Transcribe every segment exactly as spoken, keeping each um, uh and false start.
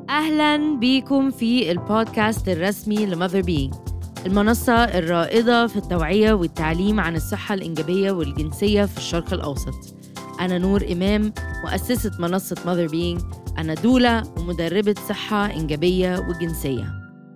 أهلاً بيكم في البودكاست الرسمي لماذر بينج، المنصة الرائدة في التوعية والتعليم عن الصحة الإنجابية والجنسية في الشرق الأوسط. أنا نور إمام، مؤسسة منصة ماذر بينج. أنا دولة ومدربة صحة إنجابية وجنسية.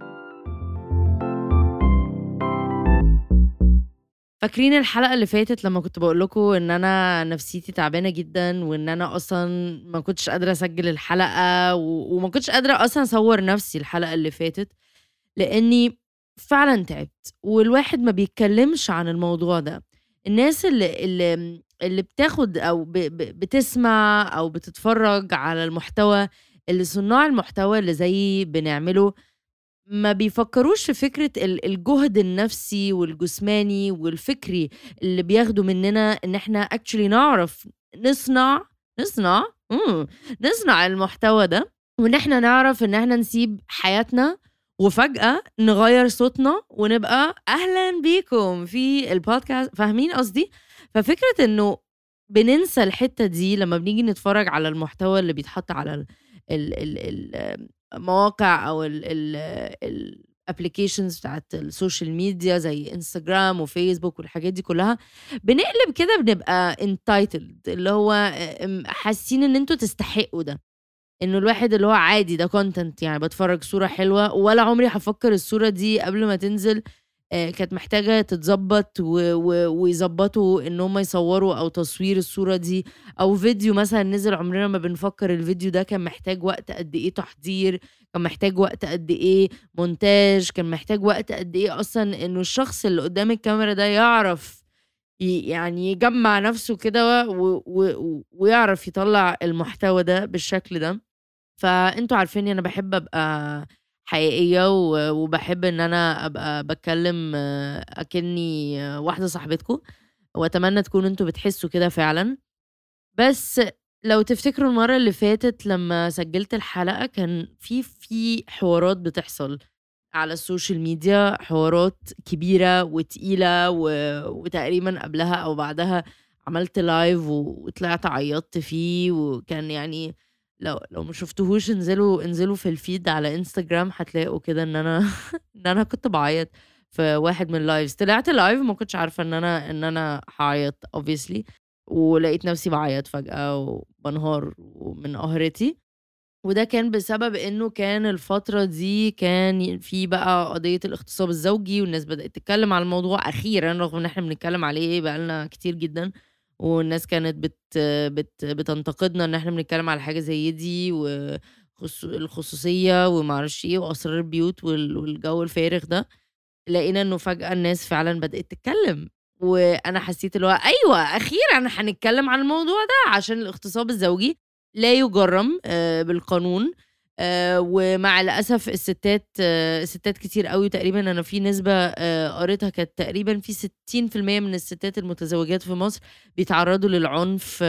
فاكرين الحلقة اللي فاتت لما كنت بقول لكم إن أنا نفسيتي تعبانة جدا، وإن أنا أصلا ما كنتش قادرة أسجل الحلقة و... وما كنتش قادرة أصلا أصور نفسي الحلقة اللي فاتت، لأني فعلا تعبت. والواحد ما بيتكلمش عن الموضوع ده. الناس اللي اللي, اللي بتاخد أو ب... ب... بتسمع أو بتتفرج على المحتوى اللي صناع المحتوى اللي زي بنعمله، ما بيفكروش في فكرة الجهد النفسي والجسماني والفكري اللي بياخدوا مننا ان احنا actually نعرف نصنع نصنع مم. نصنع المحتوى ده، وان احنا نعرف ان احنا نسيب حياتنا وفجأة نغير صوتنا ونبقى اهلا بيكم في البودكاست. فاهمين قصدي؟ ففكرة انه بننسى الحتة دي لما بنيجي نتفرج على المحتوى اللي بيتحط على ال ال ال ال مواقع او الابليكيشنز بتاعت السوشيال ميديا زي انستجرام وفيسبوك والحاجات دي كلها. بنقلب كده بنبقى entitled، اللي هو حاسين ان انتوا تستحقوا ده، انه الواحد اللي هو عادي ده كونتنت، يعني بتفرج صورة حلوة ولا عمري هفكر الصورة دي قبل ما تنزل كانت محتاجة تتظبط ويظبطوا ان هم يصوروا او تصوير الصورة دي، او فيديو مثلا نزل عمرنا ما بنفكر الفيديو ده كان محتاج وقت قد ايه تحضير، كان محتاج وقت قد ايه مونتاج، كان محتاج وقت قد ايه اصلا انه الشخص اللي قدام الكاميرا ده يعرف يعني يجمع نفسه كده ويعرف يطلع المحتوى ده بالشكل ده. فانتوا عارفيني انا بحب ابقى حقيقية وبحب ان انا ابقى بتكلم اكني واحدة صاحبتكم، واتمنى تكونوا انتوا بتحسوا كده فعلا. بس لو تفتكروا المرة اللي فاتت لما سجلت الحلقة كان في في حوارات بتحصل على السوشيال ميديا، حوارات كبيرة وتقيلة و... وتقريبا قبلها او بعدها عملت لايف وطلعت عيطت فيه، وكان يعني لو لو ما شفتوهوش انزلوا انزلوا في الفيد على انستجرام هتلاقوا كده ان انا ان انا كنت بعيط في واحد من اللايفز. طلعت لايف ما كنتش عارفه ان انا ان انا هعيط obviously، ولقيت نفسي بعيط فجأة وبنهار من قهرتي. وده كان بسبب انه كان الفترة دي كان في بقى قضية الاغتصاب الزوجي، والناس بدأت تتكلم على الموضوع اخيرا، رغم ان احنا بنتكلم عليه بقالنا كتير جدا، والناس كانت بت بت بتنتقدنا ان احنا بنتكلم على حاجة زي دي والخصوصية ومعرفش ايه واسرار البيوت والجو الفارغ ده. لقينا انه فجأة الناس فعلا بدأت تتكلم، وانا حسيت اللي هو ايوه اخيرا هنتكلم عن الموضوع ده، عشان الاغتصاب الزوجي لا يجرم بالقانون. ومع الاسف الستات الستات كتير قوي، تقريبا انا في نسبه قريتها كانت تقريبا في ستين في المية من الستات المتزوجات في مصر بيتعرضوا للعنف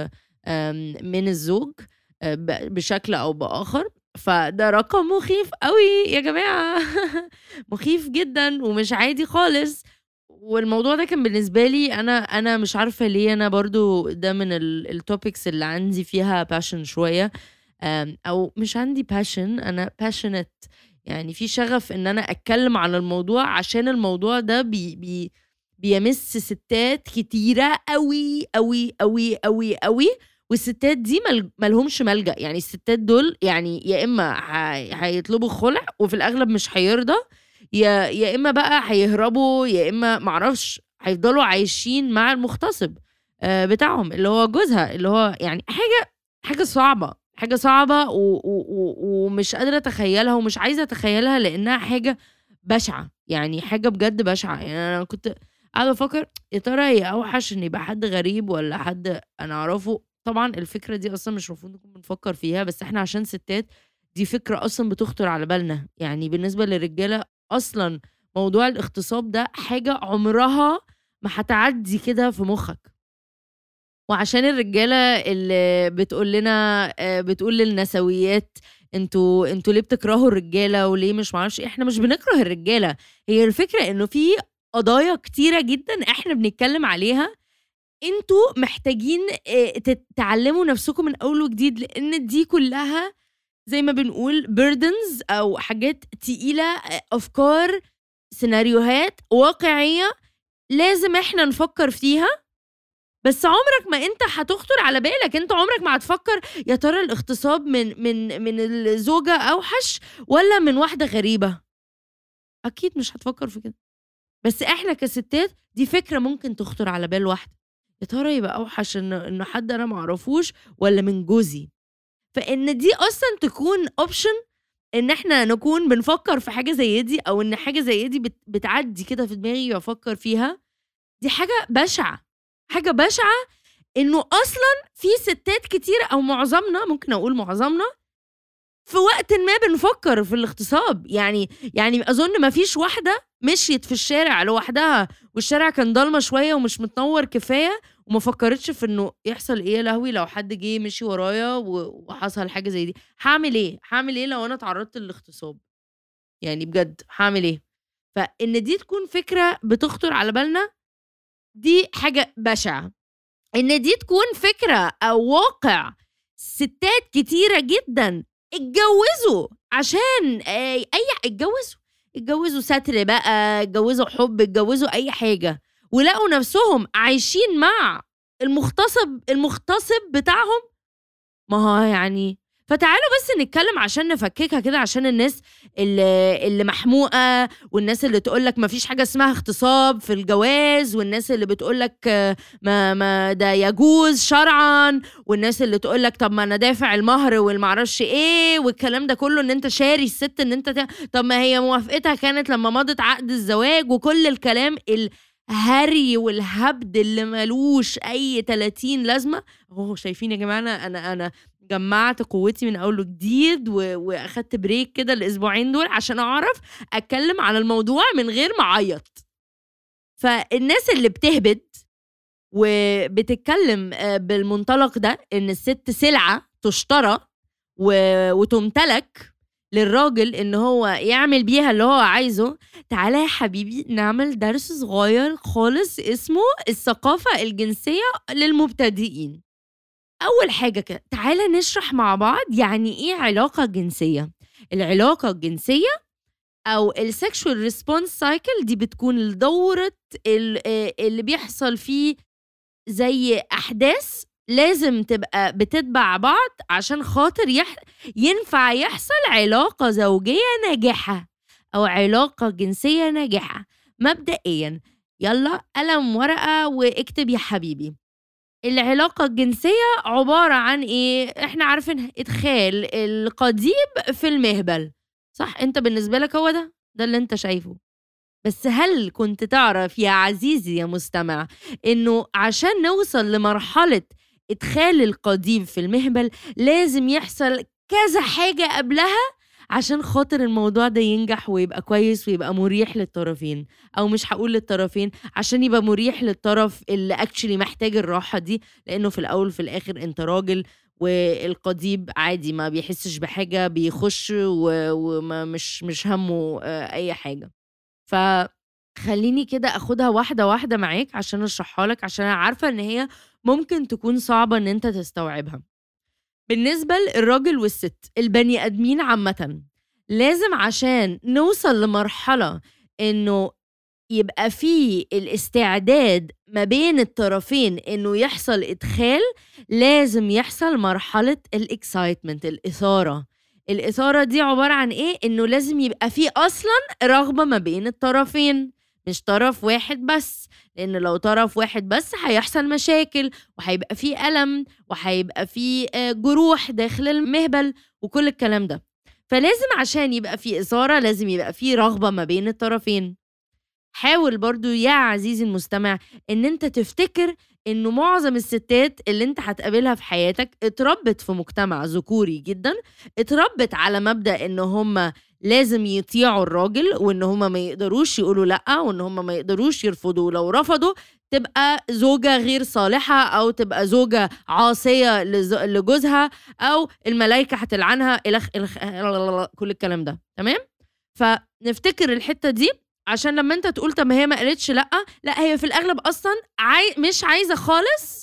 من الزوج بشكل او باخر. فده رقم مخيف قوي يا جماعه مخيف جدا ومش عادي خالص. والموضوع ده كان بالنسبه لي انا انا مش عارفه ليه، انا برضو ده من التوبكس اللي عندي فيها باشن شويه، او مش عندي باشن، انا passionate، يعني في شغف ان انا اتكلم عن الموضوع، عشان الموضوع ده بي بي بيمس ستات كتيره قوي قوي قوي قوي قوي، والستات دي ملهمش ملجأ. يعني الستات دول يعني يا اما هيطلبوا خلع وفي الاغلب مش هيرضى، يا يا اما بقى هيهربوا، يا اما معرفش هيفضلوا عايشين مع المغتصب بتاعهم اللي هو جوزها، اللي هو يعني حاجه حاجه صعبه حاجه صعبه و- و- و- ومش قادره اتخيلها ومش عايزه اتخيلها، لانها حاجه بشعه، يعني حاجه بجد بشعه. يعني انا كنت قاعده افكر يا ترى هي اوحش ان يبقى حد غريب ولا حد انا اعرفه. طبعا الفكره دي اصلا مش المفروض نكون بنفكر فيها، بس احنا عشان ستات دي فكره اصلا بتخطر على بالنا. يعني بالنسبه للرجاله اصلا موضوع الاغتصاب ده حاجه عمرها ما هتعدي كده في مخك. وعشان الرجاله اللي بتقول لنا بتقول للنسويات انتوا انتوا ليه بتكرهوا الرجاله وليه مش معرفش، احنا مش بنكره الرجاله، هي الفكره انه في قضايا كتيره جدا احنا بنتكلم عليها، انتوا محتاجين تتعلموا نفسكم من اول وجديد، لان دي كلها زي ما بنقول burdens أو حاجات تقيلة، أفكار، سيناريوهات واقعية لازم إحنا نفكر فيها، بس عمرك ما أنت هتخطر على بالك، أنت عمرك ما هتفكر يا ترى الاغتصاب من من من الزوجة أوحش ولا من واحدة غريبة؟ أكيد مش هتفكر في كده. بس إحنا كستات دي فكرة ممكن تخطر على بال واحدة، يا ترى يبقى أوحش إن إن حد أنا ما أعرفوش ولا من جوزي؟ فإن دي أصلًا تكون option إن إحنا نكون بنفكر في حاجة زي دي، أو إن حاجة زي دي بت بتعدي كده في دماغي وأفكر فيها، دي حاجة بشعة، حاجة بشعة إنه أصلًا في ستات كتيرة أو معظمنا، ممكن أقول معظمنا، في وقتٍ ما بنفكر في الاغتصاب. يعني يعني أظن ما فيش واحدة مشيت في الشارع لوحدها والشارع كان ضلمة شوية ومش متنور كفاية وما فكرتش في إنه يحصل إيه، يا لهوي لو حد جه مشي ورايا و وحصل حاجة زي دي، هاعمل إيه؟ هاعمل إيه لو أنا اتعرضت للاغتصاب؟ يعني بجد هاعمل إيه؟ فإن دي تكون فكرة بتخطر على بالنا، دي حاجة بشعة. إن دي تكون فكرة أو واقع ستات كتيرة جدًا اتجوزوا عشان آآ أي اتجوزوا، اتجوزوا ستر بقى، اتجوزوا حُب، اتجوزوا أي حاجة، ولقوا نفسهم عايشين مع المغتصب المغتصب بتاعهم. ما هو يعني فتعالوا بس نتكلم عشان نفككها كده، عشان الناس اللي اللي محموقة، والناس اللي تقول لك ما فيش حاجة اسمها اغتصاب في الجواز، والناس اللي بتقول لك ما ما ده يجوز شرعًا، والناس اللي تقول لك طب ما أنا دافع المهر والما اعرفش إيه، والكلام ده كله، إن أنت شاري الست، إن أنت ت... طب ما هي موافقتها كانت لما مضت عقد الزواج، وكل الكلام الهري والهبد اللي ملوش أي تلاتين لازمة. أهو شايفين يا جماعة، أنا أنا أنا جمعت قوتي من أول وجديد و... وأخدت بريك كده الأسبوعين دول عشان أعرف أتكلم عن الموضوع من غير ما أعيط. فالناس اللي بتهبد وبتتكلم بالمنطلق ده إن الست سلعة تشترى و... وتمتلك للراجل إن هو يعمل بيها اللي هو عايزه، تعالى يا حبيبي نعمل درس صغير خالص اسمه الثقافة الجنسية للمبتدئين. أول حاجة كده تعالى نشرح مع بعض يعني إيه علاقة جنسية. العلاقة الجنسية أو السكشوال ريسبونس سايكل دي بتكون الدورة اللي بيحصل فيه زي أحداث لازم تبقى بتتبع بعض عشان خاطر يح... ينفع يحصل علاقة زوجية ناجحة أو علاقة جنسية ناجحة. مبدئيا يلا قلم ورقة واكتب يا حبيبي. العلاقة الجنسية عبارة عن إيه؟ إحنا عارفين إدخال القضيب في المهبل، صح؟ أنت بالنسبة لك هو ده ده اللي أنت شايفه. بس هل كنت تعرف يا عزيزي يا مستمع إنه عشان نوصل لمرحلة إدخال القضيب في المهبل لازم يحصل كذا حاجة قبلها عشان خاطر الموضوع ده ينجح ويبقى كويس ويبقى مريح للطرفين، أو مش هقول للطرفين عشان يبقى مريح للطرف اللي actually محتاج الراحة دي، لأنه في الأول في الآخر أنت راجل والقضيب عادي ما بيحسش بحاجة، بيخش وما مش مش همه أي حاجة. فخليني كده أخدها واحدة واحدة معاك عشان أشرحها لك، عشان أنا عارفة إن هي ممكن تكون صعبة إن أنت تستوعبها. بالنسبة للراجل والست البني آدمين عامة، لازم عشان نوصل لمرحلة إنه يبقى فيه الاستعداد ما بين الطرفين إنه يحصل إدخال، لازم يحصل مرحلة الإكسايتمنت، الإثارة. الإثارة دي عبارة عن إيه؟ إنه لازم يبقى فيه أصلاً رغبة ما بين الطرفين، مش طرف واحد بس، لأن لو طرف واحد بس هيحصل مشاكل وهيبقى فيه ألم وهيبقى فيه جروح داخل المهبل وكل الكلام ده. فلازم عشان يبقى فيه إثارة لازم يبقى فيه رغبة ما بين الطرفين. حاول برضو يا عزيزي المستمع إن أنت تفتكر إنه معظم الستات اللي أنت هتقابلها في حياتك اتربت في مجتمع ذكوري جدا، اتربت على مبدأ إن هم لازم يطيعوا الراجل، وإن هم ما يقدروش يقولوا لأ، وإن هم ما يقدروش يرفضوا، لو رفضوا تبقى زوجة غير صالحة أو تبقى زوجة عاصية لجوزها أو الملايكة هتلعنها إلخ إلخ كل الكلام ده. تمام؟ فنفتكر الحتة دي عشان لما انت تقول طب ما هي ما قالتش لأ، لا هي في الأغلب أصلا عاي... مش عايزة خالص،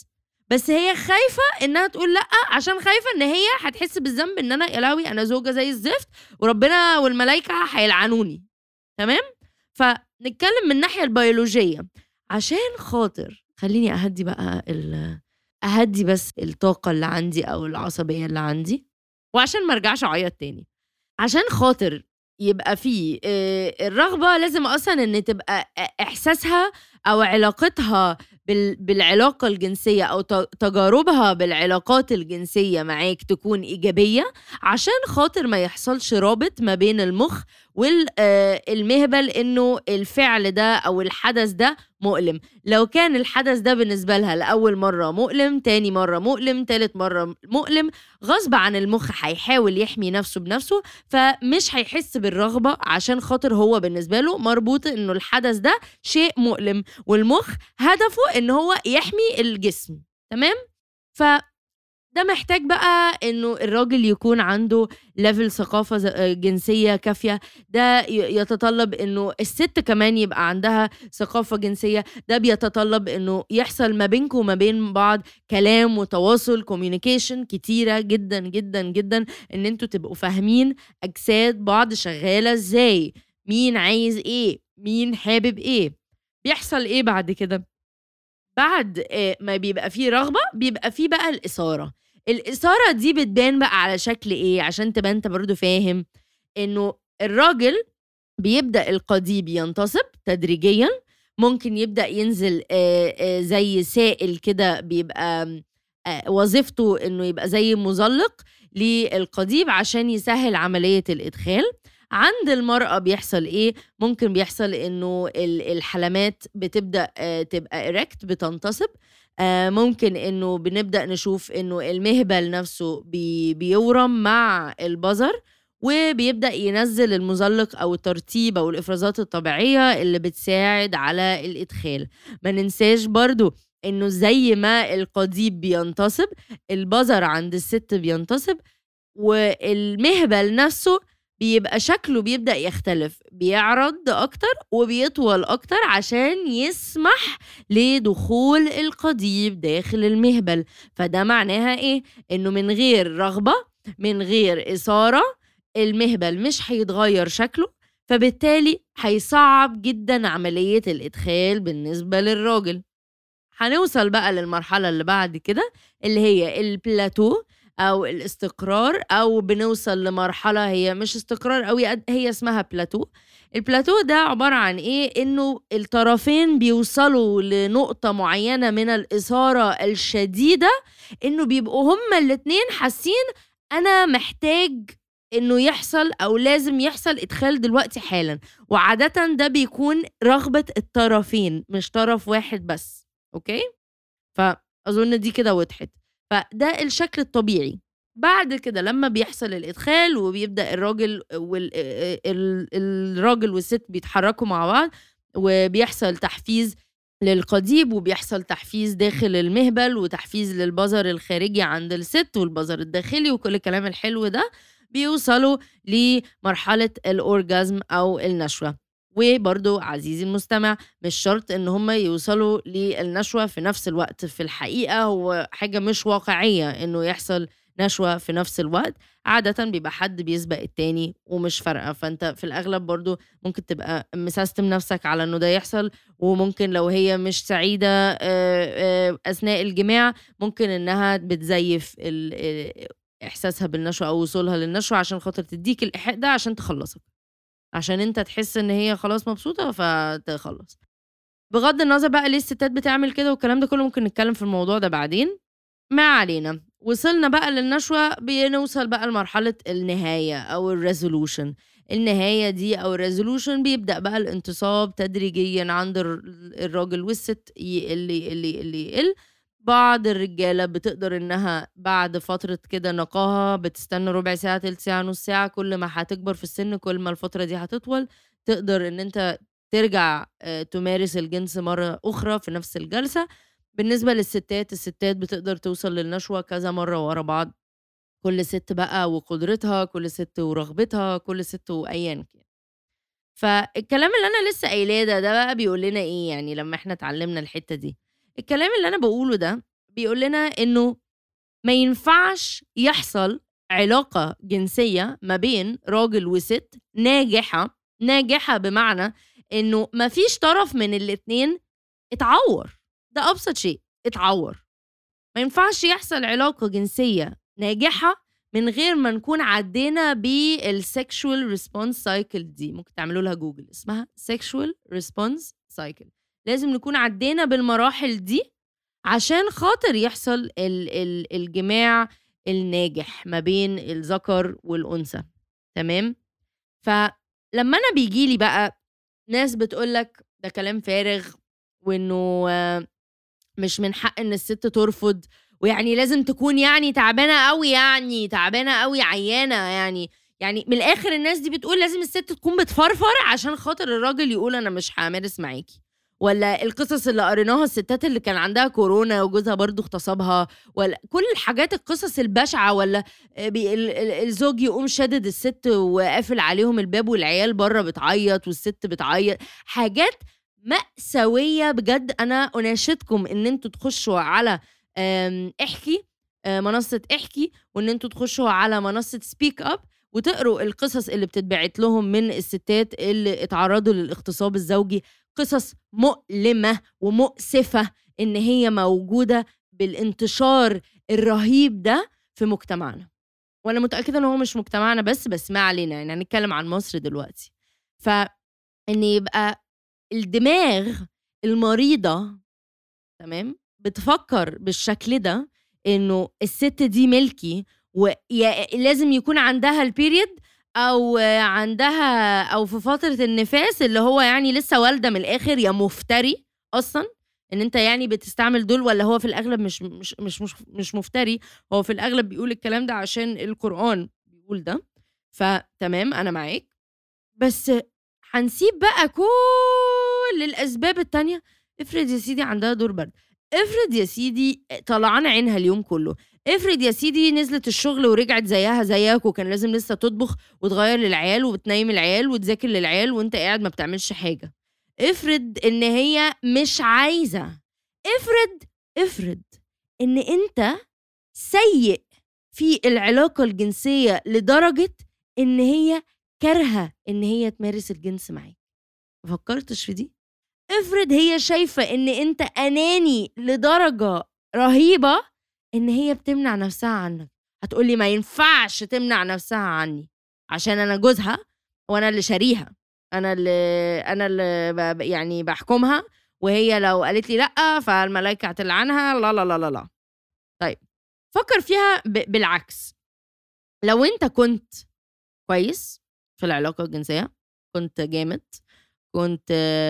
بس هي خايفة إنها تقول لأ، عشان خايفة إن هي هتحس بالذنب إن أنا يا لهوي أنا زوجة زي الزفت وربنا والملايكة هيلعنوني، تمام؟ فنتكلم من الناحية البيولوجية، عشان خاطر خلّيني أهدّي بقى ال أهدّي بس الطاقة اللي عندي أو العصبية اللي عندي، وعشان ما ارجعش أعيّط تاني. عشان خاطر يبقى في آآ الرغبة لازم أصلًا إن تبقى أ إحساسها أو علاقتها بال بالعلاقة الجنسية أو ت تجاربها بالعلاقات الجنسية معاك تكون إيجابية، عشان خاطر ما يحصلش رابط ما بين المُخ وال آآ المهبل إنه الفعل ده أو الحدث ده مؤلم. لو كان الحدث ده بالنسبة لها لأول مرّة مؤلم، تاني مرّة مؤلم، تالت مرّة مؤلم، غصب عن المُخ هيحاول يحمي نَفْسه بنَفْسه، فمش هيحس بالرغبة عشان خاطر هو بالنسبة له مربوط إنه الحدث ده شيء مؤلم، والمُخ هدفه إن هو يحمي الجسم، تمام؟ ف ده محتاج بقى إنه الراجل يكون عنده level ثقافة ز آآ جنسية كافية، ده ي يتطلب إنه الست كمان يبقى عندها ثقافة جنسية، ده بيتطلب إنه يحصل ما بينكم وما بين بعض كلام وتواصل communication كتيرة جدًا، جدًا، جدًا، إن أنتم تبقوا فاهمين أجساد بعض شغالة إزاي، مين عايز إيه، مين حابب إيه. بيحصل إيه بعد كده؟ بعد آآ ما بيبقى في رغبة، بيبقى في بقى الإثارة. الإثارة دي بتبان بقى على شكل إيه، عشان تبقى أنت برضه فاهم، إنه الراجل بيبدأ القضيب ينتصب تدريجيًا، ممكن يبدأ ينزل آآ آآ زي سائل كده بيبقى آمم آآ وظيفته إنه يبقى زي مُزلّق للقضيب عشان يسهّل عملية الإدخال. عند المرأة بيحصل إيه، ممكن بيحصل إنه ال الحلمات بتبدأ آآ تبقى erect بتنتصب، آآ ممكن إنه بنبدأ نشوف إنه المهبل نَفْسه بي بيورم مع البَزَر، وبيبدأ ينزّل المُزلّق أو الترطيب أو الإفرازات الطبيعية اللي بتساعد على الإدخال. ما ننساش برضه إنه زي ما القضيب بينتصب، البَزَر عند الست بينتصب، والمهبل نَفْسه بيبقى شكله بيبدأ يختلف، بيعرض أكتر وبيطول أكتر عشان يسمح لدخول القضيب داخل المهبل. فده معناها إيه، إنه من غير رغبة، من غير إثارة، المهبل مش هيتغيّر شكله، فبالتالي هيصعّب جدًا عملية الإدخال بالنسبة للراجل. هنوصل بقى للمرحلة اللي بعد كده، اللي هي البلاتو أو الاستقرار، أو بنوصل لمرحلة هي مش استقرار أوي قد هي اسمها بلاتو. البلاتو ده عبارة عن إيه، إنه الطرفين بيوصلوا لنقطة معيّنة من الإثارة الشديدة، إنه بيبقوا هُم الاتنين حاسين أنا محتاج إنه يحصل أو لازم يحصل إدخال دلوقتي حالًا، وعادةً ده بيكون رغبة الطرفين مش طرف واحد بس. أوكي؟ فأظن دي كده وضحت. فده الشكل الطبيعي. بعد كده لمّا بيحصل الإدخال وبيبدأ الراجل وال آآ ال الراجل والست بيتحركوا مع بعض، وبيحصل تحفيز للقضيب، وبيحصل تحفيز داخل المهبل، وتحفيز للبَزَر الخارجي عند الست، والبَزَر الداخلي، وكل الكلام الحلو ده، بيوصلوا لمرحلة الorgasm أو النشوة. وبرضه عزيزي المستمع، مش شرط إن هم يوصلوا للنشوة في نفس الوقت، في الحقيقة هو حاجة مش واقعية إنه يحصل نشوة في نفس الوقت، عادةً بيبقى حد بيسبق التاني ومش فارقة، فأنت في الأغلب برضه ممكن تبقى مسستم نفسك على إنه ده يحصل، وممكن لو هي مش سعيدة آآ آآ أثناء الجماع، ممكن إنها بتزيف ال آآ إحساسها بالنشوة أو وصولها للنشوة عشان خاطر تدّيك الإيحاء ده عشان تخلّصك. عشان أنت تحس إن هي خلاص مبسوطة فتخلّص. بغض النظر بقى ليه الستات بتعمل كده والكلام ده كلّه، ممكن نتكلّم في الموضوع ده بعدين. ما علينا، وصلنا بقى للنشوة، بنوصل بقى لمرحلة النهاية أو الresolution. النهاية دي أو الresolution بيبدأ بقى الانتصاب تدريجيًا عند الر الراجل والست، يقل، يقل، يقل، يقل. بعض الرجالة بتقدر إنها بعد فترة كده نقاهة بتستنى ربع ساعة، تِلت ساعة، نُص ساعة، كل ما هتكبر في السِن كل ما الفترة دي هتطول، تقدر إن أنت ترجع آآ تمارس الجنس مرّة أخرى في نفس الجلسة. بالنسبة للستات، الستات بتقدر توصل للنشوة كذا مرّة ورا بعض، كل ست بقى وقدرتها، كل ست ورغبتها، كل ست وأيًا كان. فالكلام اللي أنا لسه قايلاه ده، ده بقى بيقول لنا إيه يعني لمّا إحنا اتعلمنا الحتّة دي؟ الكلام اللي أنا باقوله ده بيقول لنا إنه ما ينفعش يحصل علاقة جنسية ما بين راجل وست ناجحة، ناجحة بمعنى إنه ما فيش طرف من الاتنين اتعور، ده أبسط شيء، اتعور. ما ينفعش يحصل علاقة جنسية ناجحة من غير ما نكون عدينا بالsexual response cycle دي، ممكن تعملوا لها جوجل، اسمها sexual response cycle. لازم نكون عدينا بالمراحل دي عشان خاطر يحصل ال ال الجماع الناجح ما بين الذكر والأنثى، تمام؟ فلما أنا بيجي لي بقى ناس بتقول لك ده كلام فارغ، وإنه مش من حق إن الست ترفض، ويعني لازم تكون يعني تعبانة أوي، يعني تعبانة أوي، عيانة يعني يعني من الآخر الناس دي بتقول لازم الست تكون بتفرفر عشان خاطر الراجل يقول أنا مش هامارس معاكي. ولا القصص اللي قريناها الستات اللي كان عندها كورونا وجوزها برضو اغتصبها، ولا كل الحاجات القصص البشعة، ولا بي ال- ال- الزوج يقوم شادد الست وقافل عليهم الباب والعيال بره بتعيط والست بتعيط. حاجات مأساوية بجد. أنا أناشدكم إن انتوا تخشوا على آم، احكي، آه، منصة احكي، وإن انتوا تخشوا على منصة سبيك أب وتقروا القصص اللي بتتبعت لهم من الستات اللي اتعرضوا للاغتصاب الزوجي. قصص مؤلمة ومؤسفة إن هي موجودة بالانتشار الرهيب ده في مجتمعنا، وأنا متأكدة إن هو مش مجتمعنا بس بس ما علينا، يعني هنتكلم عن مصر دلوقتي. فإن يبقى الدماغ المريضة، تمام، بتفكر بالشكل ده إنه الست دي ملكي ولازم يكون عندها البيريد أو عندها أو في فترة النفاس اللي هو يعني لسه والدة من الآخر، يا مفتري أصلا إن أنت يعني بتستعمل دول، ولا هو في الأغلب مش مش مش مش, مش مفتري، هو في الأغلب بيقول الكلام ده عشان القرآن بيقول ده. فتمام أنا معاك، بس هنسيب بقى كل الأسباب التانية. افرض يا سيدي عندها دور برد، افرض يا سيدي طلعان عينها اليوم كله، افرض يا سيدي نزلت الشغل ورجعت زيها زيك وكان لازم لسه تطبخ وتغير للعيال وبتنيم العيال وتذاكر للعيال وانت قاعد ما بتعملش حاجة. افرض ان هي مش عايزة، افرض افرض ان انت سيء في العلاقة الجنسية لدرجة ان هي كارهة ان هي تمارس الجنس معاك. ما فكرتش في دي؟ افرض هي شايفة ان انت اناني لدرجة رهيبة ان هي بتمنع نفسها عنك. هتقولي ما ينفعش تمنع نفسها عني عشان انا جوزها وانا اللي شاريها، انا اللي انا اللي ب- يعني بحكمها، وهي لو قالت لي لا فالملائكة هتلعنها. لا لا لا لا لا. طيب فكر فيها ب- بالعكس. لو انت كنت كويس في العلاقة الجنسية، كنت جامد، كنت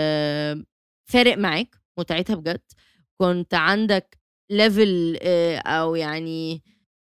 آه، فارق معاك متعتها بجد، كنت عندك ليفل او يعني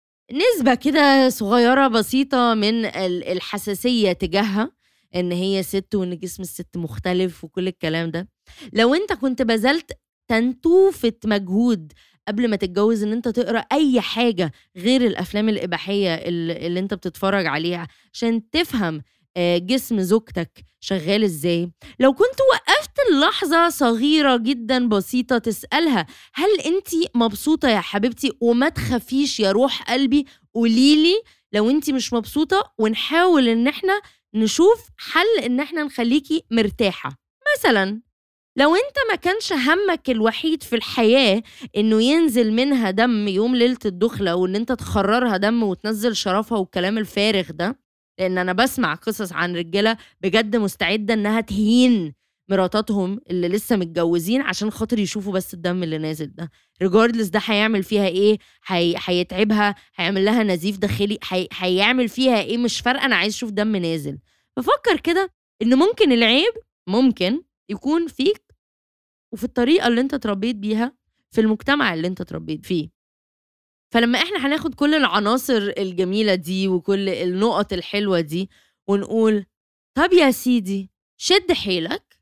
نسبة كده صغيرة بسيطة من ال- الحساسية تجاهها ان هي ست وان جسم الست مختلف وكل الكلام ده. لو انت كنت بذلت تنتوفة مجهود قبل ما تتجوز ان انت تقرأ اي حاجة غير الافلام الاباحية اللي اللي انت بتتفرج عليها عشان تفهم آه، جسم زوجتك شغال ازاي. لو كنت وقفت اللحظة صغيرة جدا بسيطة تسألها هل انتي مبسوطة يا حبيبتي، وما تخافيش يا روح قلبي قوليلي لو انتي مش مبسوطة، ونحاول ان احنا نشوف حل ان احنا نخليكي مرتاحة. مثلا لو انت ما كانش همك الوحيد في الحياة انه ينزل منها دم يوم ليلة الدخلة وان انت تخررها دم وتنزل شرفها والكلام الفارغ ده، لان انا بسمع قصص عن رجالة بجد مستعدة انها تهين مراتاتهم اللي لسه متجوزين عشان خاطر يشوفوا بس الدم اللي نازل ده، ريجاردلس ده هيعمل فيها ايه، هي... هيتعبها، هيعمل لها نزيف داخلي، هي... هيعمل فيها ايه، مش فارقة، انا عايز اشوف دم نازل. ففكر كده ان ممكن العيب ممكن يكون فيك وفي الطريقة اللي انت اتربيت بيها في المجتمع اللي انت اتربيت فيه. فلما احنا هناخد كل العناصر الجميلة دي وكل النقط الحلوة دي ونقول طب يا سيدي شد حيلك،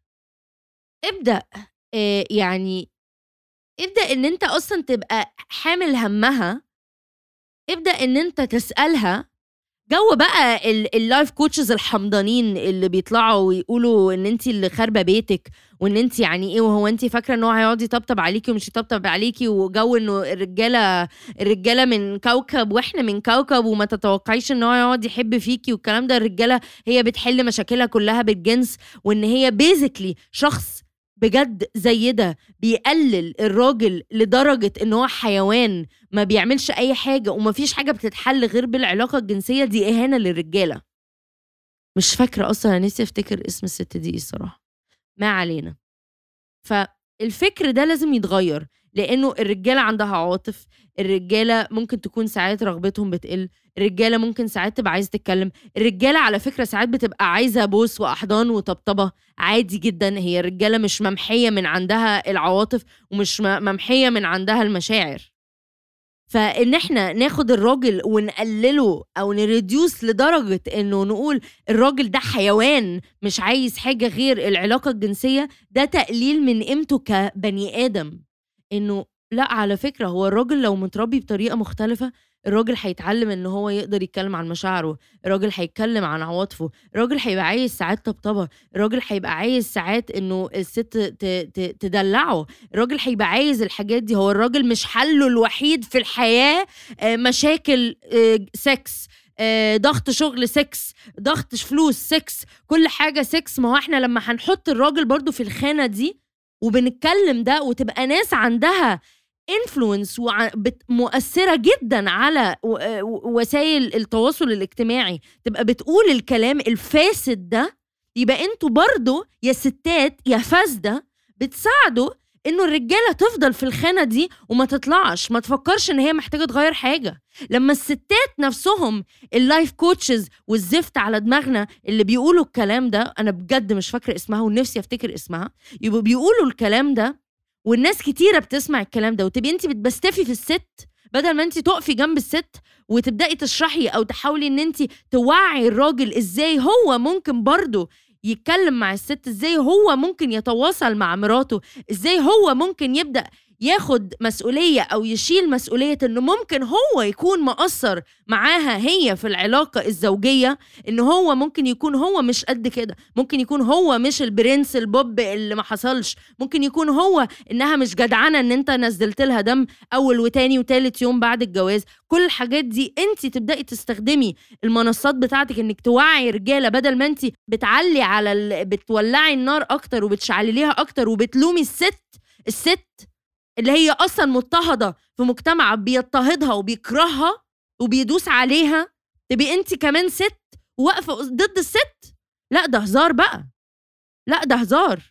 ابدأ اه يعني ابدأ ان انت اصلا تبقى حامل همها، ابدأ ان انت تسألها جو بقى اللايف كوتشز الحمضانين اللي بيطلعوا ويقولوا ان انت اللي خاربه بيتك، وان انت يعني ايه، وهو انت فاكره ان هو هيقعد يطبطب عليكي ومش يطبطب عليكي، وجو انه الرجاله الرجاله من كوكب واحنا من كوكب، وما تتوقعيش ان هو يقعد يحب فيكي والكلام ده. الرجاله هي بتحل مشاكلها كلها بالجنس، وان هي بيزيكلي شخص بجد زي ده بيقلل الراجل لدرجة ان هو حيوان ما بيعملش اي حاجة وما فيش حاجة بتتحل غير بالعلاقة الجنسية دي. اهانة للرجالة. مش فاكرة اصلا، انا نسي افتكر اسم الست دي الصراحة، ما علينا. فالفكر ده لازم يتغير، لانه الرجالة عندها عواطف، الرجالة ممكن تكون ساعات رغبتهم بتقل، الرجالة ممكن ساعات تبقى عايزة تتكلم، الرجالة على فكرة ساعات بتبقى عايزة بوس وأحضان وطبطبة عادي جدا. هي الرجالة مش ممحية من عندها العواطف ومش ممحية من عندها المشاعر. فإن احنا ناخد الراجل ونقلله أو نريديوس لدرجة إنه نقول الراجل ده حيوان مش عايز حاجة غير العلاقة الجنسية، ده تقليل من قيمته كبني آدم. إنه لا، على فكرة هو الراجل لو متربي بطريقة مختلفة، الراجل هيتعلم ان هو يقدر يتكلم عن مشاعره، الراجل هيتكلم عن عواطفه، الراجل هيبقى عايز ساعات طبطبة، الراجل هيبقى عايز ساعات انه الست تدلعه، الراجل هيبقى عايز الحاجات دي. هو الراجل مش حله الوحيد في الحياة مشاكل سكس، ضغط شغل سكس، ضغط فلوس سكس، كل حاجة سكس. ما هو احنا لما هنحط الراجل برضو في الخانة دي وبنتكلم ده، وتبقى ناس عندها influence مؤثرة جدا على وسائل التواصل الاجتماعي تبقى بتقول الكلام الفاسد ده، يبقى انتوا برضو يا ستات يا فاسدة بتساعدوا انه الرجالة تفضل في الخانة دي وما تطلعش، ما تفكرش ان هي محتاجة تغير حاجة. لما الستات نفسهم اللايف كوتشز والزفت على دماغنا اللي بيقولوا الكلام ده، انا بجد مش فاكرة اسمها ونفسي افتكر اسمها، يبقوا بيقولوا الكلام ده والناس كتيرة بتسمع الكلام ده، وتبقي انت بتبستفي في الست بدل ما انت تقفي جنب الست وتبدأي تشرحي او تحاولي ان انت توعي الراجل ازاي هو ممكن برضو يتكلم مع الست، ازاي هو ممكن يتواصل مع مراته، ازاي هو ممكن يبدأ ياخد مسؤولية أو يشيل مسؤولية إنه ممكن هو يكون مقصر معاها هي في العلاقة الزوجية، إنه هو ممكن يكون هو مش قد كده، ممكن يكون هو مش البرنس البوب اللي ما حصلش، ممكن يكون هو إنها مش جدعانة إن أنت نزلت لها دم أول وتاني وتالت يوم بعد الجواز. كل الحاجات دي أنت تبدأي تستخدمي المنصات بتاعتك إنك توعي رجالة، بدل ما أنت بتعلي على ال... بتولعي النار أكتر وبتشعلليها أكتر وبتلومي الست الست اللي هي أصلاً مضطهدة في مجتمع بيضطهدها وبيكرهها وبيدوس عليها، تبقي أنت كمان ست وواقفة ضد الست. لا ده هزار بقى، لا ده هزار.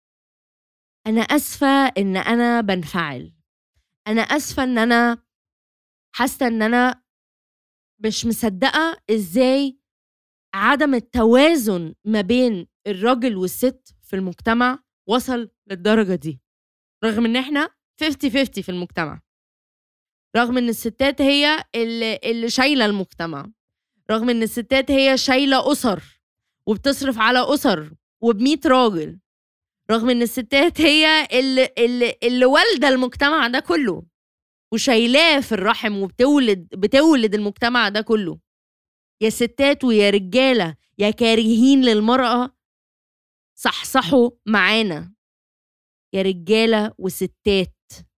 أنا أسفة إن أنا بنفعل، أنا أسفة إن أنا حاسة إن أنا مش مصدقة إزاي عدم التوازن ما بين الراجل والست في المجتمع وصل للدرجة دي، رغم إن إحنا خمسين خمسين في المجتمع، رغم ان الستات هي اللي, اللي شايلة المجتمع، رغم ان الستات هي شايلة أسر وبتصرف على أسر وبمية راجل، رغم ان الستات هي اللي, اللي, اللي والدة المجتمع ده كله وشايلاه في الرحم وبتولد بتولد المجتمع ده كله. يا ستات ويا رجالة يا كارهين للمرأة، صحصحوا معانا. يا رجالة وستات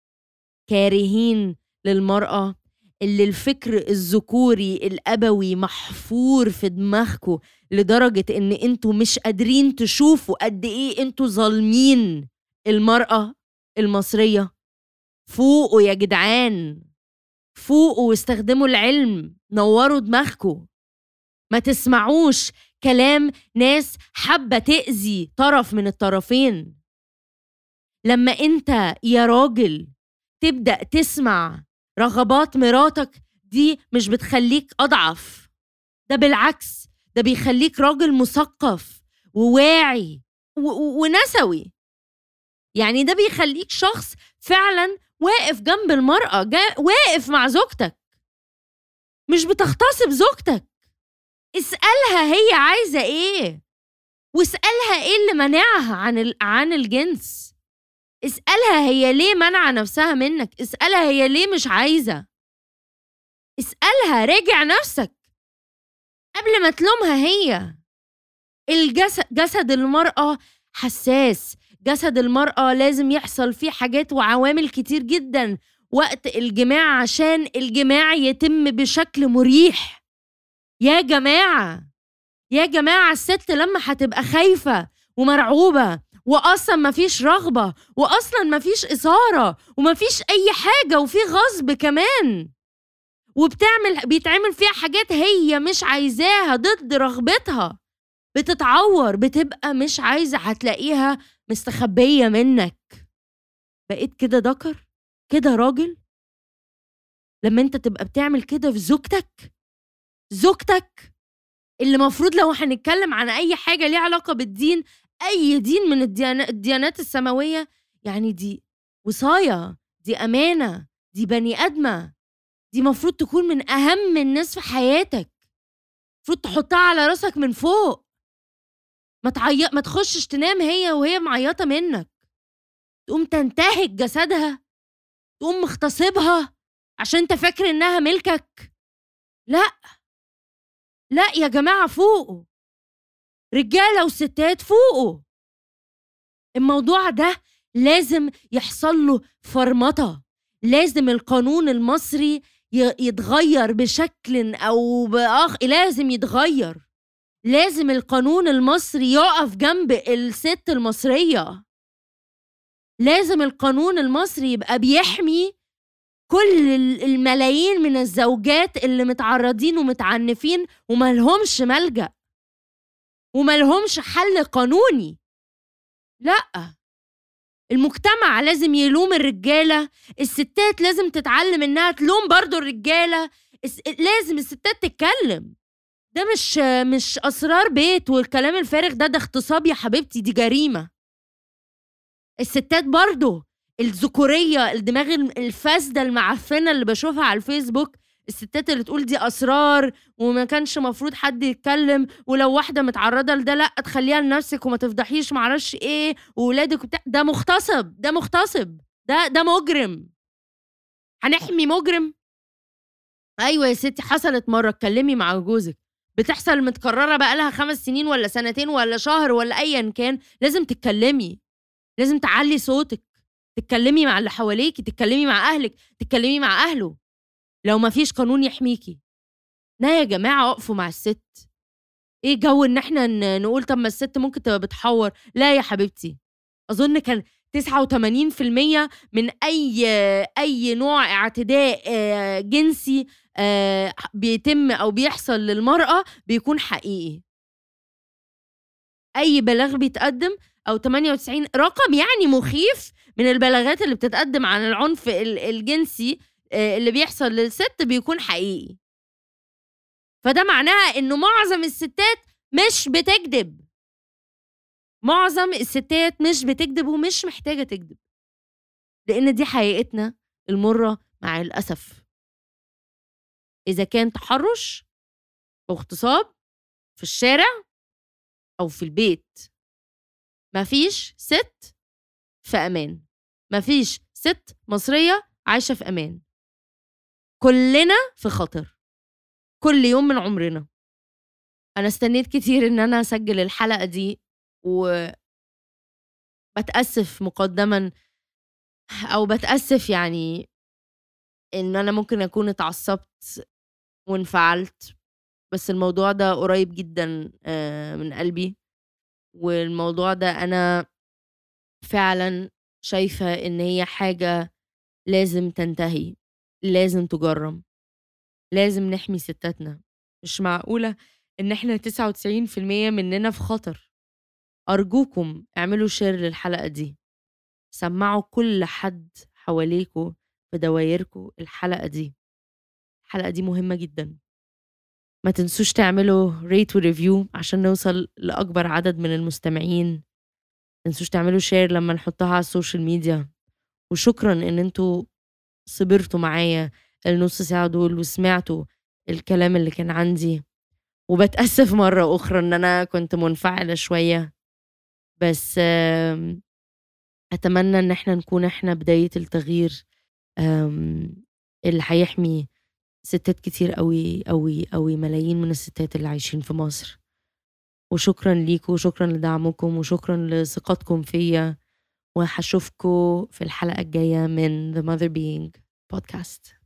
كارهين للمرأة اللي الفكر الذكوري الأبوي محفور في دماغكم لدرجة إن أنتوا مش قادرين تشوفوا قد إيه أنتوا ظالمين المرأة المصرية. فوقوا يا جدعان، فوقوا واستخدموا العلم، نوروا دماغكم، ما تسمعوش كلام ناس حابة تأذي طرف من الطرفين. لما أنت يا راجل تبدأ تسمع رغبات مراتك دي مش بتخليك أضعف، ده بالعكس، ده بيخليك راجل مثقف وواعي ونسوي. يعني ده بيخليك شخص فعلا واقف جنب المرأة، واقف مع زوجتك، مش بتغتصب زوجتك. اسألها هي عايزة ايه، واسألها ايه اللي منعها عن عن الجنس. اسألها هي ليه منع نفسها منك، اسألها هي ليه مش عايزة، اسألها، راجع نفسك. قبل ما تلومها هي. الجسد جسد المرأة حساس، جسد المرأة لازم يحصل فيه حاجات وعوامل كتير جدا وقت الجماع عشان الجماع يتم بشكل مريح. يا جماعة يا جماعة الست لما هتبقى خايفة ومرعوبة وأصلا مفيش رغبة وأصلا مفيش إثارة ومفيش أي حاجة وفي غصب كمان وبتعمل بيتعمل فيها حاجات هي مش عايزاها ضد رغبتها، بتتعور، بتبقى مش عايزة، هتلاقيها مستخبية منك. بقيت كده ذكر، كده راجل. لما انت تبقى بتعمل كده في زوجتك، زوجتك اللي مفروض لو هنتكلم عن اي حاجة ليها علاقة بالدين، اي دين من الديانات, الديانات السماوية، يعني دي وصاية، دي امانة، دي بني ادمة، دي مفروض تكون من اهم الناس في حياتك، مفروض تحطها على راسك من فوق. ما تعيط، ما تخشش تنام هي وهي معيطة منك، تقوم تنتهك جسدها، تقوم مغتصبها عشان انت فاكر انها ملكك. لا لا يا جماعة، فوقوا رجالة وستات، فوقوا. الموضوع ده لازم يحصل له فرمطة، لازم القانون المصري يتغير بشكل أو بآخر، لازم يتغير، لازم القانون المصري يقف جنب الست المصرية، لازم القانون المصري يبقى بيحمي كل الملايين من الزوجات اللي متعرضين ومتعنفين وملهمش ملجأ وملهمش حل قانوني. لأ، المجتمع لازم يلوم الرجالة، الستات لازم تتعلم انها تلوم برضو الرجالة، لازم الستات تتكلم. ده مش مش أسرار بيت والكلام الفارغ ده، ده اغتصاب يا حبيبتي، دي جريمة. الستات برضو الذكورية، الدماغ الفاسدة المعفنة اللي بشوفها على الفيسبوك، الستات اللي تقول دي أسرار وما كانش مفروض حد يتكلم، ولو واحدة متعرضة لده لأ تخليها لنفسك وما تفضحيش معرفش ايه وولادك وبتاع. ده مغتصب، ده مغتصب، ده ده مجرم. هنحمي مجرم؟ أيوة يا ستي، حصلت مرة، اتكلمي مع جوزك. بتحصل متكررة بقالها خمس سنين ولا سنتين ولا شهر ولا أيا كان، لازم تتكلمي، لازم تعلي صوتك، تتكلمي مع اللي حواليكي، تتكلمي مع أهلك، تتكلمي مع أهله. لو ما فيش قانون يحميكي، لا يا جماعة اقفوا مع الست. ايه جو ان احنا نقول طب ما الست ممكن تبقى بتحور؟ لا يا حبيبتي، اظن كان تسعة وثمانين بالمية من اي اي نوع اعتداء جنسي بيتم او بيحصل للمرأة بيكون حقيقي. اي بلاغ بيتقدم او ثمانية وتسعين رقم يعني مخيف من البلاغات اللي بتتقدم عن العنف الجنسي اللي بيحصل للست بيكون حقيقي. فده معناها انه معظم الستات مش بتكذب، معظم الستات مش بتكذب ومش محتاجة تكذب، لان دي حقيقتنا المرة مع الأسف. اذا كان تحرش او اغتصاب في الشارع او في البيت، مفيش ست في امان، مفيش ست مصرية عايشة في امان، كلنا في خطر كل يوم من عمرنا. انا استنيت كتير ان انا اسجل الحلقة دي، و بتأسف مقدما، او بتأسف يعني ان انا ممكن اكون اتعصبت وانفعلت، بس الموضوع ده قريب جدا من قلبي، والموضوع ده انا فعلا شايفة ان هي حاجة لازم تنتهي، لازم تجرم، لازم نحمي ستاتنا. مش معقولة ان احنا تسعة وتسعين بالمية مننا في خطر. ارجوكم اعملوا شير للحلقة دي، سمعوا كل حد حواليكوا في دوايركوا الحلقة دي، الحلقة دي مهمة جدا. ما تنسوش تعملوا ريت وريفيو عشان نوصل لأكبر عدد من المستمعين. ما تنسوش تعملوا شير لما نحطها على السوشيال ميديا. وشكرا ان انتوا صبرتوا معايا النص ساعة دول وسمعتوا الكلام اللي كان عندي. وبتأسف مرة أخرى ان انا كنت منفعلة شوية، بس أتمنى ان احنا نكون احنا بداية التغيير اللي هيحمي ستات كتير أوي، أوي، أوي، ملايين من الستات اللي عايشين في مصر. وشكرًا ليكم وشكرًا لدعمكم وشكرًا لثقتكم فيّا، وهاشوفكم في الحلقة الجاية من The Mother Being Podcast.